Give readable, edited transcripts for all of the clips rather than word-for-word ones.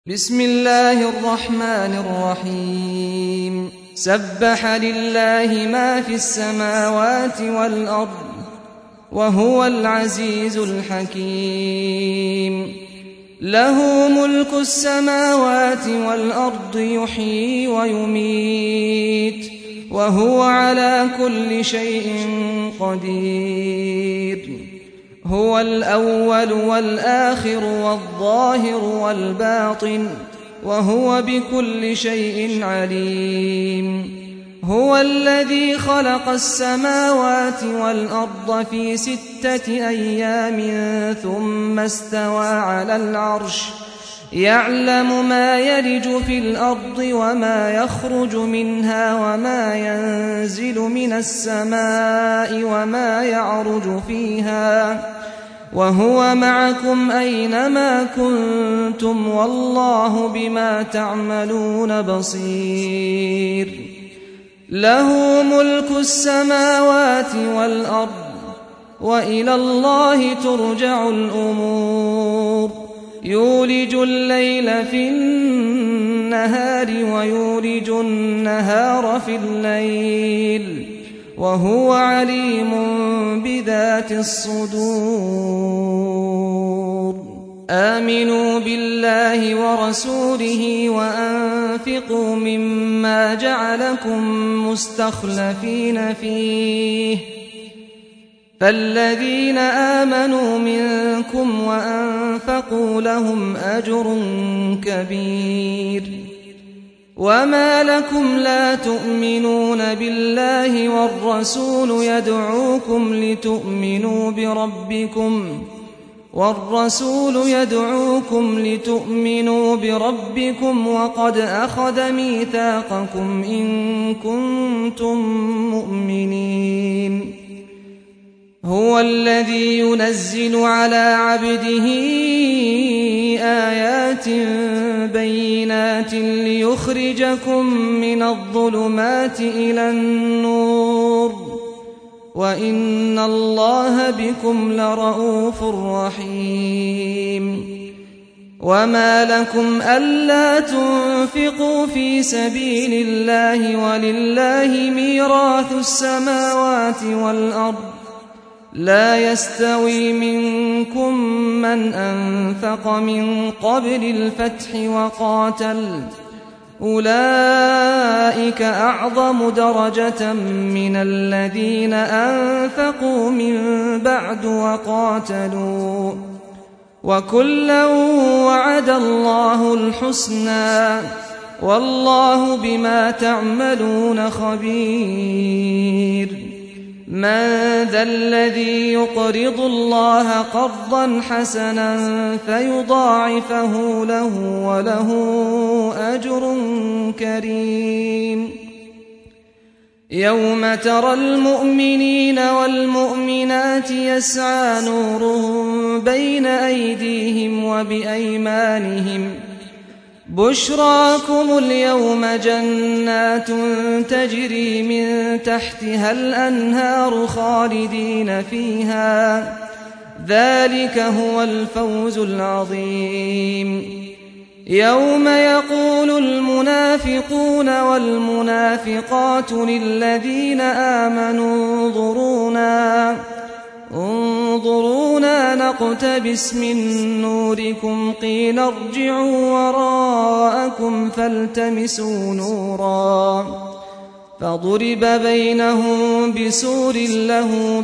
بسم الله الرحمن الرحيم سبح لله ما في السماوات والأرض وهو العزيز الحكيم له ملك السماوات والأرض يحيي ويميت وهو على كل شيء قدير هو الأول والآخر والظاهر والباطن وهو بكل شيء عليم هو الذي خلق السماوات والأرض في 6 أيام ثم استوى على العرش يعلم ما يلج في الأرض وما يخرج منها وما ينزل من السماء وما يعرج فيها وهو معكم أينما كنتم والله بما تعملون بصير له ملك السماوات والأرض وإلى الله ترجع الأمور يولج الليل في النهار ويولج النهار في الليل وهو عليم بذات الصدور آمنوا بالله ورسوله وأنفقوا مما جعلكم مستخلفين فيه فالذين آمنوا منكم وأنفقوا لهم أجر كبير وما لكم لا تؤمنون بالله والرسول يدعوكم لتؤمنوا بربكم وقد أخذ ميثاقكم إن كنتم مؤمنين هو الذي ينزل على عبده آيات بينات ليخرجكم من الظلمات إلى النور وإن الله بكم لرءوف رحيم وما لكم ألا تنفقوا في سبيل الله ولله ميراث السماوات والأرض لا يستوي منكم من أنفق من قبل الفتح وقاتل أولئك أعظم درجة من الذين أنفقوا من بعد وقاتلوا وكلا وعد الله الحسنى والله بما تعملون خبير من ذا الذي يقرض الله قرضا حسنا فيضاعفه له وله أجر كريم يوم ترى المؤمنين والمؤمنات يسعى نورهم بين أيديهم وبأيمانهم بشراكم اليوم جنات تجري من تحتها الأنهار خالدين فيها ذلك هو الفوز العظيم يوم يقول المنافقون والمنافقات للذين آمنوا انظرونا نقتبس من نوركم قيل ارجعوا وراءكم فالتمسوا نورا فضرب بينهم بسور له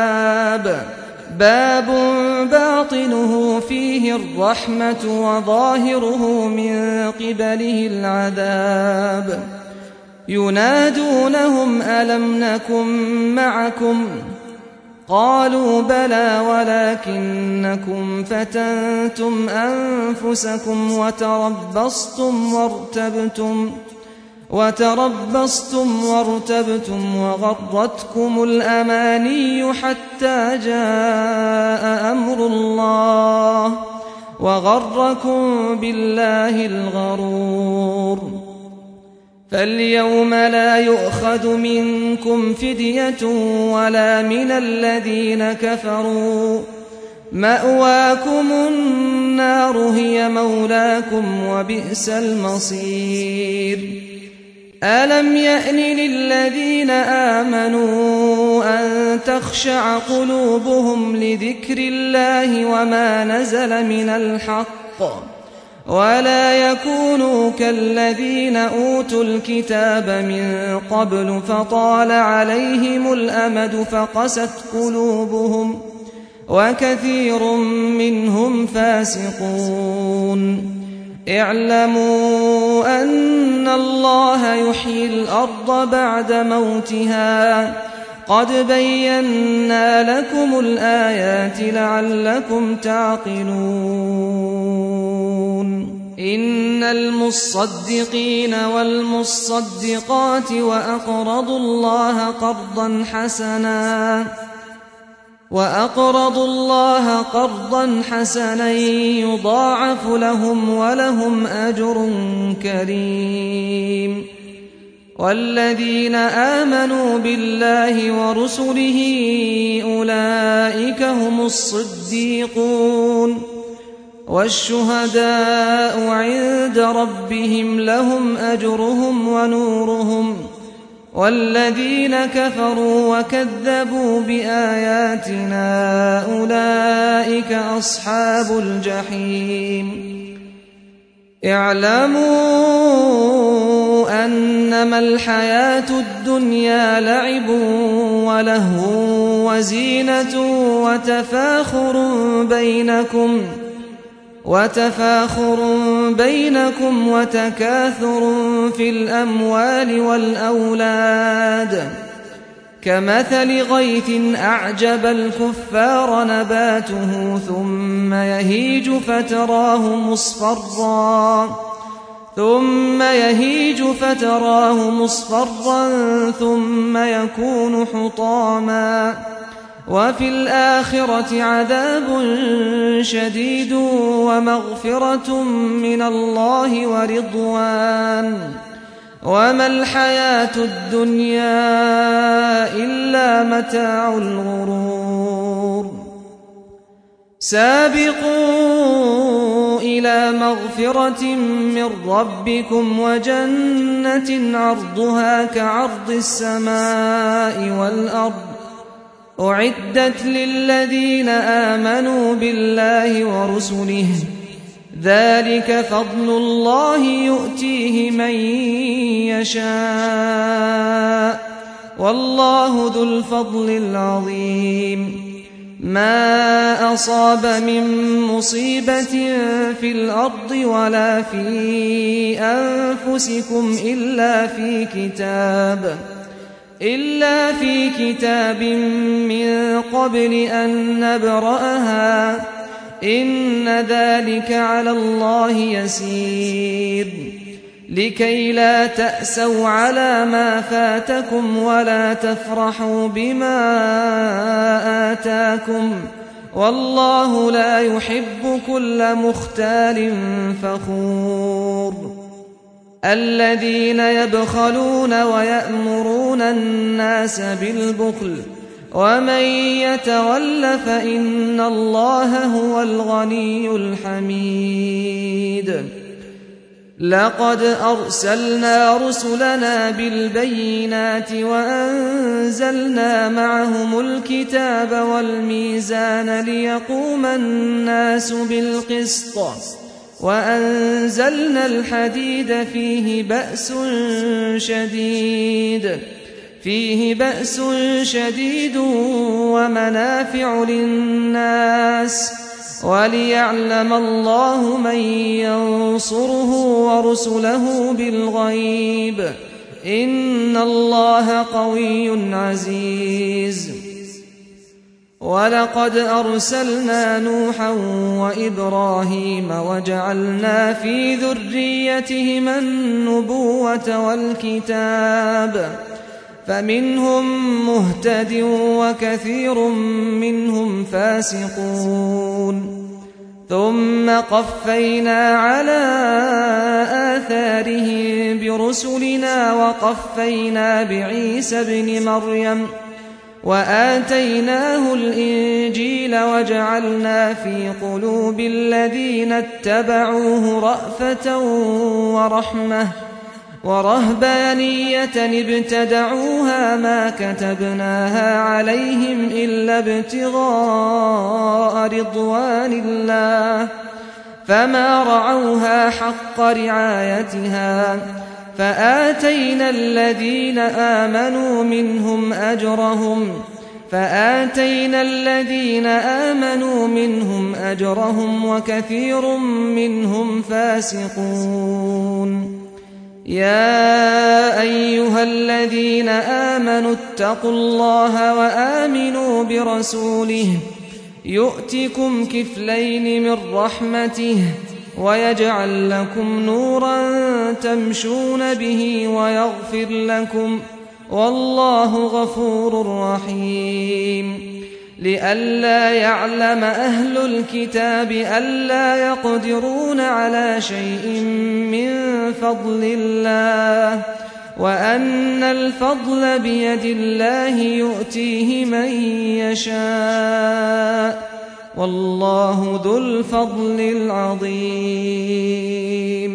باب باطنه فيه الرحمة وظاهره من قبله العذاب ينادونهم ألم نكن معكم قالوا بلى ولكنكم فتنتم أنفسكم وتربصتم وارتبتم وغرتكم الأماني حتى جاء أمر الله وغركم بالله الغرور فاليوم لا يؤخذ منكم فدية ولا من الذين كفروا مأواكم النار هي مولاكم وبئس المصير ألم يأن للذين آمنوا أن تخشع قلوبهم لذكر الله وما نزل من الحق ولا يكونوا كالذين أوتوا الكتاب من قبل فطال عليهم الأمد فقست قلوبهم وكثير منهم فاسقون اعلموا أن الله يحيي الأرض بعد موتها قد بينا لكم الآيات لعلكم تعقلون إن المصدقين والمصدقات وأقرضوا الله قرضا حسنا يضاعف لهم ولهم أجر كريم والذين آمنوا بالله ورسله أولئك هم الصديقون والشهداء عند ربهم لهم أجرهم ونورهم والذين كفروا وكذبوا بآياتنا أولئك أصحاب الجحيم اعلموا أنما الحياة الدنيا لعب ولهو وزينة وتفاخر بينكم وتكاثر في الأموال والأولاد كمثل غيث أعجب الكفار نباته ثم يهيج فتراه مصفرا ثم يكون حطاما وفي الآخرة عذاب شديد ومغفرة من الله ورضوان وما الحياة الدنيا إلا متاع الغرور سابقوا إلى مغفرة من ربكم وجنة عرضها كعرض السماء والأرض أعدت للذين آمنوا بالله ورسله ذلك فضل الله يؤتيه من يشاء والله ذو الفضل العظيم ما أصاب من مصيبة في الأرض ولا في أنفسكم إلا في كتاب من قبل أن نبرأها إن ذلك على الله يسير لكي لا تأسوا على ما فاتكم ولا تفرحوا بما آتاكم والله لا يحب كل مختال فخور الذين يبخلون ويأمرون الناس بالبخل ومن يتول فإن الله هو الغني الحميد لقد أرسلنا رسلنا بالبينات وأنزلنا معهم الكتاب والميزان ليقوم الناس بالقسط وأنزلنا الحديد فيه بأس شديد ومنافع للناس وليعلم الله من ينصره ورسله بالغيب إن الله قوي عزيز ولقد أرسلنا نوحا وإبراهيم وجعلنا في ذريتهما النبوة والكتاب فمنهم مهتد وكثير منهم فاسقون ثم قفينا على آثارهم برسلنا وقفينا بعيسى ابن مريم وآتيناه الإنجيل وجعلنا في قلوب الذين اتبعوه رأفة ورحمة ورهبانية ابتدعوها ما كتبناها عليهم إلا ابتغاء رضوان الله فما رعوها حق رعايتها فآتينا الذين آمنوا منهم أجرهم وكثير منهم فاسقون يا أيها الذين آمنوا اتقوا الله وآمنوا برسوله يؤتكم كفلين من رحمته ويجعل لكم نورا تمشون به ويغفر لكم والله غفور رحيم لئلا يعلم أهل الكتاب ألا يقدرون على شيء من فضل الله وأن الفضل بيد الله يؤتيه من يشاء والله ذو الفضل العظيم